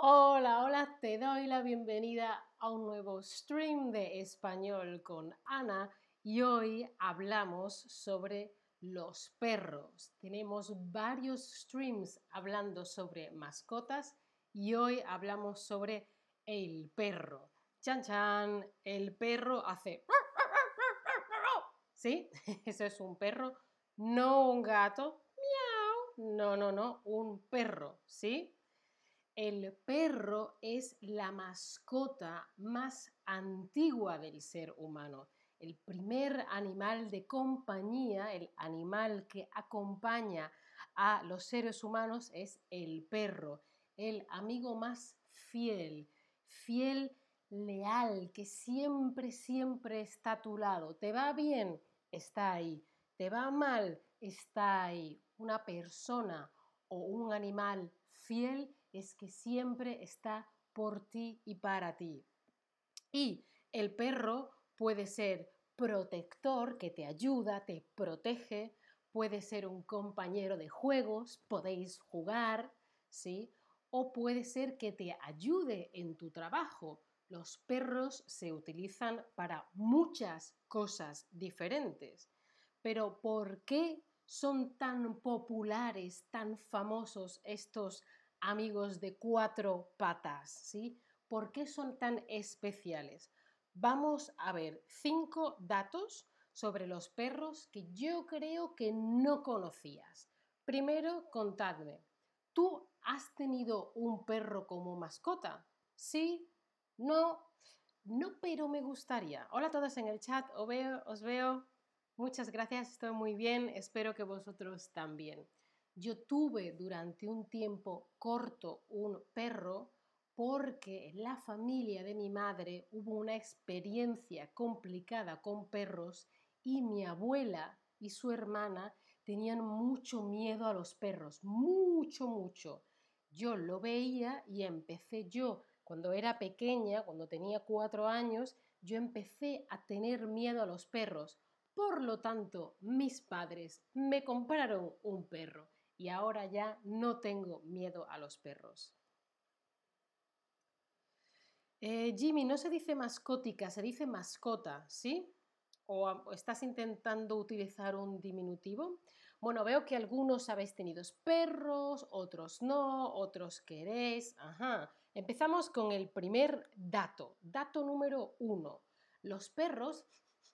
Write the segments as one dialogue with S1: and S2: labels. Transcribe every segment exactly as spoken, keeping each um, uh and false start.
S1: Hola, hola, te doy la bienvenida a un nuevo stream de español con Ana y hoy hablamos sobre los perros. Tenemos varios streams hablando sobre mascotas y hoy hablamos sobre el perro. Chan chan, el perro hace... ¿Sí? Eso es un perro, no un gato. Miau. No, no, no, un perro, ¿sí? El perro es la mascota más antigua del ser humano. El primer animal de compañía, el animal que acompaña a los seres humanos es el perro, el amigo más fiel, fiel, leal, que siempre, siempre está a tu lado. ¿Te va bien? Está ahí. ¿Te va mal? Está ahí. Una persona o un animal fiel es que siempre está por ti y para ti. Y el perro puede ser protector, que te ayuda, te protege, puede ser un compañero de juegos, podéis jugar, ¿sí? O puede ser que te ayude en tu trabajo. Los perros se utilizan para muchas cosas diferentes. Pero ¿por qué son tan populares, tan famosos estos amigos de cuatro patas? ¿Sí? ¿Por qué son tan especiales? Vamos a ver cinco datos sobre los perros que yo creo que no conocías. Primero, contadme, ¿tú has tenido un perro como mascota? ¿Sí? ¿No? No, pero me gustaría. Hola a todos en el chat, os veo, os veo. Muchas gracias, estoy muy bien, espero que vosotros también. Yo tuve durante un tiempo corto un perro porque en la familia de mi madre hubo una experiencia complicada con perros y mi abuela y su hermana tenían mucho miedo a los perros, mucho, mucho. Yo lo veía y empecé yo, cuando era pequeña, cuando tenía cuatro años, yo empecé a tener miedo a los perros. Por lo tanto, mis padres me compraron un perro y ahora ya no tengo miedo a los perros. Eh, Jimmy, no se dice mascótica, se dice mascota, ¿sí? ¿O, o estás intentando utilizar un diminutivo? Bueno, veo que algunos habéis tenido perros, otros no, otros queréis. Ajá. Empezamos con el primer dato. Dato número uno. Los perros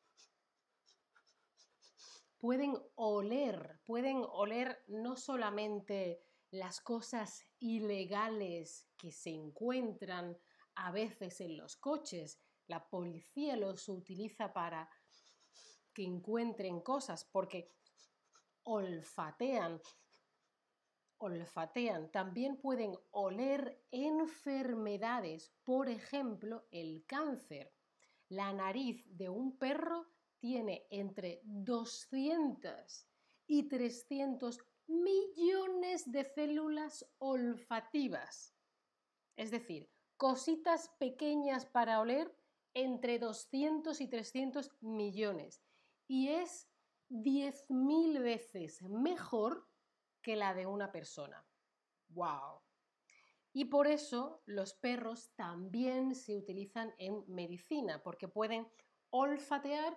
S1: pueden oler, pueden oler no solamente las cosas ilegales que se encuentran a veces en los coches, la policía los utiliza para que encuentren cosas porque olfatean, olfatean, también pueden oler enfermedades, por ejemplo, el cáncer. La nariz de un perro tiene entre doscientos y trescientos millones de células olfativas. Es decir, cositas pequeñas para oler entre doscientos y trescientos millones. Y es diez mil veces mejor que la de una persona. ¡Wow! Y por eso los perros también se utilizan en medicina, porque pueden olfatear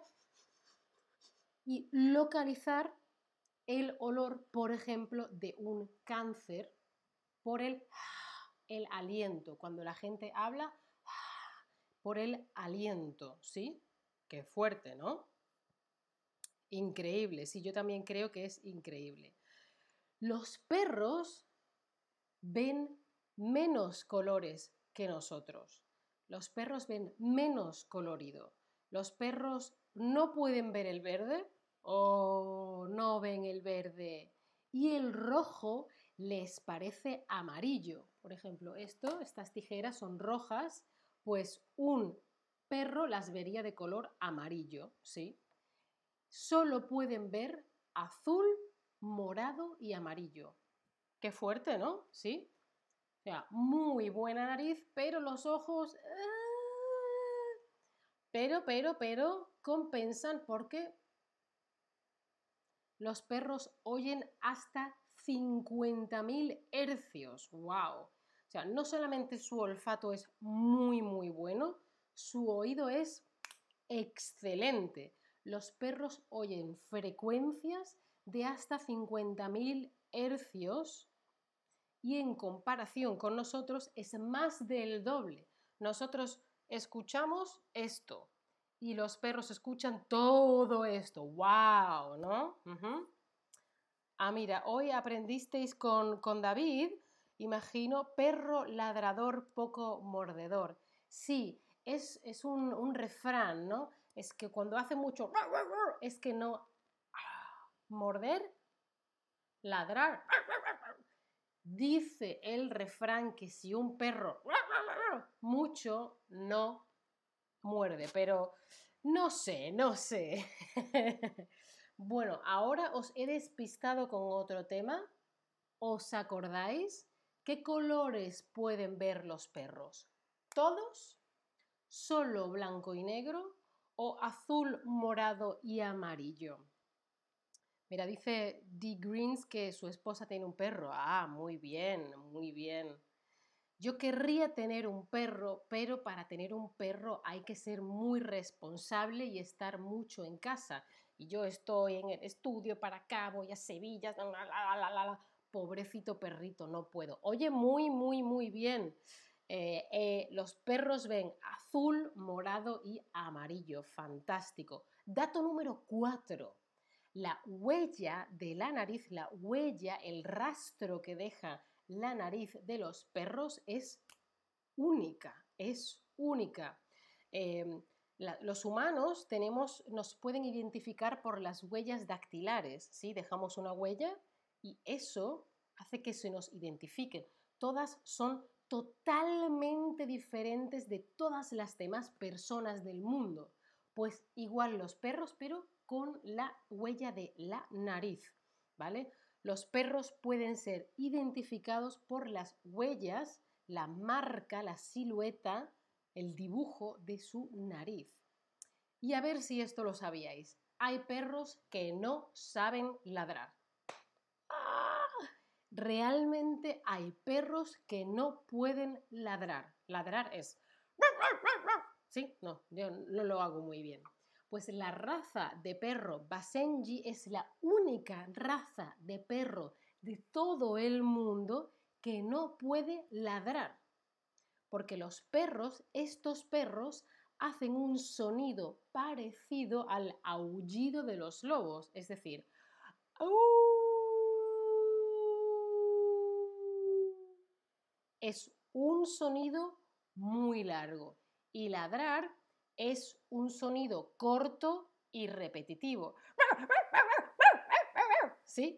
S1: y localizar el olor, por ejemplo, de un cáncer por el, el aliento. Cuando la gente habla, por el aliento, ¿sí? Qué fuerte, ¿no? Increíble, sí, yo también creo que es increíble. Los perros ven menos colores que nosotros. Los perros ven menos colorido. Los perros no pueden ver el verde o no ven el verde y el rojo les parece amarillo. Por ejemplo, esto, estas tijeras son rojas, pues un perro las vería de color amarillo, ¿sí? Solo pueden ver azul, morado y amarillo. Qué fuerte, ¿no? ¿Sí? O sea, muy buena nariz, pero los ojos... ah, pero, pero, pero, compensan porque los perros oyen hasta cincuenta mil hercios. ¡Wow! sea, no solamente su olfato es muy, muy bueno, su oído es excelente. Los perros oyen frecuencias de hasta cincuenta mil hercios y en comparación con nosotros es más del doble. Nosotros escuchamos esto y los perros escuchan todo esto. ¡Wow! ¿No? Uh-huh. Ah, mira, hoy aprendisteis con, con David, imagino, perro ladrador poco mordedor. Sí, es, es un, un refrán, ¿no? Es que cuando hace mucho, es que no morder, ladrar. Dice el refrán que si un perro mucho no muerde, pero no sé, no sé. Bueno, ahora os he despistado con otro tema. ¿Os acordáis? ¿Qué colores pueden ver los perros? ¿Todos? ¿Solo blanco y negro? ¿O azul, morado y amarillo? Mira, dice D. Greens que su esposa tiene un perro. Ah, muy bien, muy bien. Yo querría tener un perro, pero para tener un perro hay que ser muy responsable y estar mucho en casa. Y yo estoy en el estudio para acá, voy a Sevilla, la, la, la, la, la. Pobrecito perrito, no puedo. Oye, muy, muy, muy bien. Eh, eh, los perros ven azul, morado y amarillo. Fantástico. Dato número cuatro. La huella de la nariz, la huella, el rastro que deja la nariz de los perros es única, es única. Eh, la, los humanos tenemos, nos pueden identificar por las huellas dactilares, ¿sí? Dejamos una huella y eso hace que se nos identifiquen. Todas son totalmente diferentes de todas las demás personas del mundo. Pues igual los perros, pero con la huella de la nariz, ¿vale? Los perros pueden ser identificados por las huellas, la marca, la silueta, el dibujo de su nariz. Y a ver si esto lo sabíais. Hay perros que no saben ladrar. ¡Ah! Realmente hay perros que no pueden ladrar. Ladrar es... ¿Sí? No, yo no lo hago muy bien. Pues la raza de perro Basenji es la única raza de perro de todo el mundo que no puede ladrar. Porque los perros, estos perros, hacen un sonido parecido al aullido de los lobos, es decir, ¡au! Es un sonido muy largo y ladrar es un sonido corto y repetitivo. ¿Sí?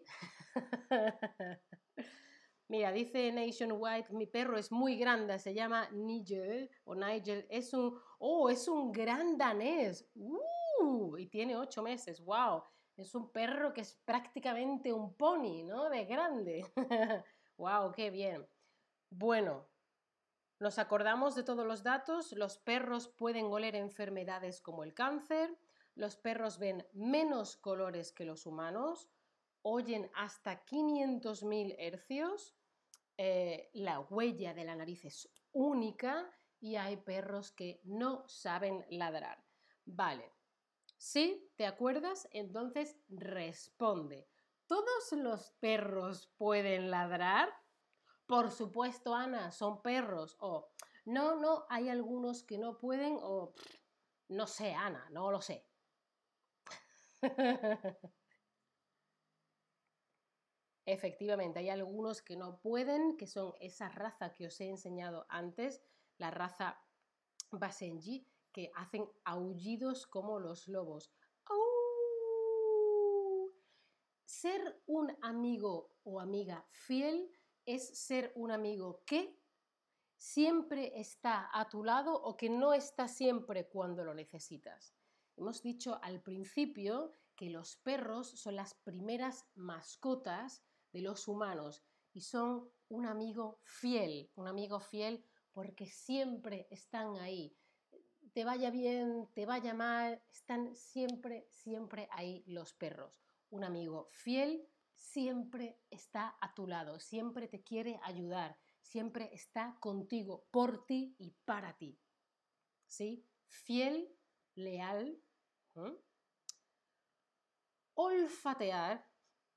S1: Mira, dice Nationwide, mi perro es muy grande, se llama Nigel o Nigel, es un, oh, es un gran danés, uh, y tiene ocho meses, wow, es un perro que es prácticamente un pony, ¿no? De grande, wow, qué bien. Bueno, nos acordamos de todos los datos, los perros pueden oler enfermedades como el cáncer, los perros ven menos colores que los humanos, oyen hasta quinientos mil hercios, eh, la huella de la nariz es única y hay perros que no saben ladrar. Vale, ¿sí? ¿Te acuerdas? Entonces responde. ¿Todos los perros pueden ladrar? Por supuesto, Ana, son perros. O no, no, hay algunos que no pueden o no sé, Ana, no lo sé. Efectivamente, hay algunos que no pueden, que son esa raza que os he enseñado antes, la raza Basenji, que hacen aullidos como los lobos. ¡Au! Ser un amigo o amiga fiel es ser un amigo que siempre está a tu lado o que no está siempre cuando lo necesitas. Hemos dicho al principio que los perros son las primeras mascotas de los humanos y son un amigo fiel, un amigo fiel porque siempre están ahí. Te vaya bien, te vaya mal, están siempre, siempre ahí los perros. Un amigo fiel siempre está a tu lado, siempre te quiere ayudar, siempre está contigo, por ti y para ti. ¿Sí? Fiel, leal. ¿Mm? Olfatear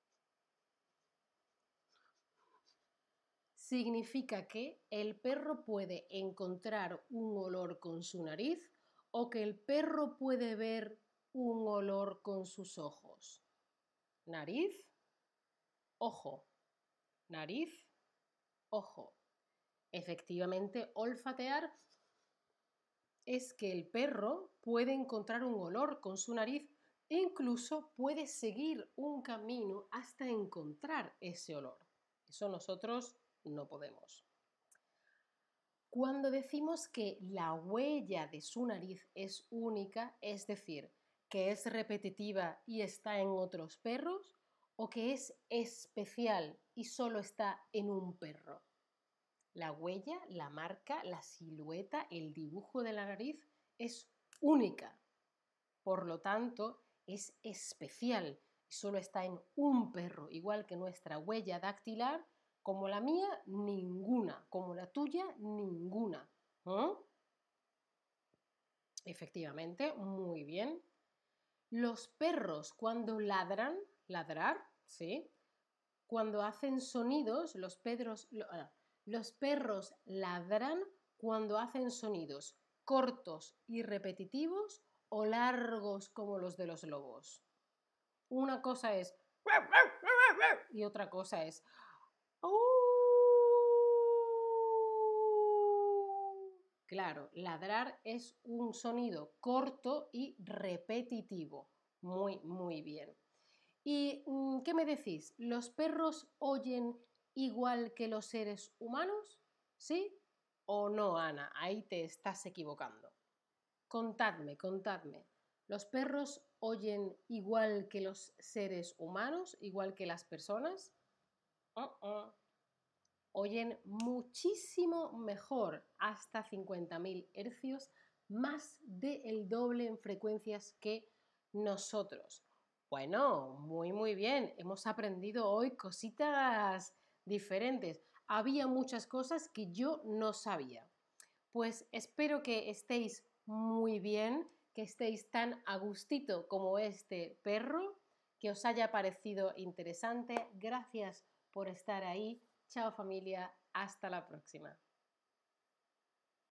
S1: significa que el perro puede encontrar un olor con su nariz o que el perro puede ver un olor con sus ojos. Nariz, ojo. Nariz, ojo. Efectivamente, olfatear es que el perro puede encontrar un olor con su nariz e incluso puede seguir un camino hasta encontrar ese olor. Eso nosotros no podemos. Cuando decimos que la huella de su nariz es única, es decir, que es repetitiva y está en otros perros, o que es especial y solo está en un perro. La huella, la marca, la silueta, el dibujo de la nariz es única. Por lo tanto, es especial y solo está en un perro, igual que nuestra huella dactilar, como la mía, ninguna, como la tuya, ninguna. ¿Mm? Efectivamente, muy bien. Los perros cuando ladran, ladrar, ¿sí? Cuando hacen sonidos, los, pedros, los perros ladran cuando hacen sonidos cortos y repetitivos o largos como los de los lobos. Una cosa es y otra cosa es claro, ladrar es un sonido corto y repetitivo. Muy, muy bien. ¿Y qué me decís? ¿Los perros oyen igual que los seres humanos? ¿Sí o no, Ana? Ahí te estás equivocando. Contadme, contadme. ¿Los perros oyen igual que los seres humanos, igual que las personas? Uh-uh. Oyen muchísimo mejor, hasta cincuenta mil hercios, más del doble en frecuencias que nosotros. Bueno, muy muy bien, hemos aprendido hoy cositas diferentes. Había muchas cosas que yo no sabía. Pues espero que estéis muy bien, que estéis tan a gustito como este perro, que os haya parecido interesante. Gracias por estar ahí. Chao familia, hasta la próxima.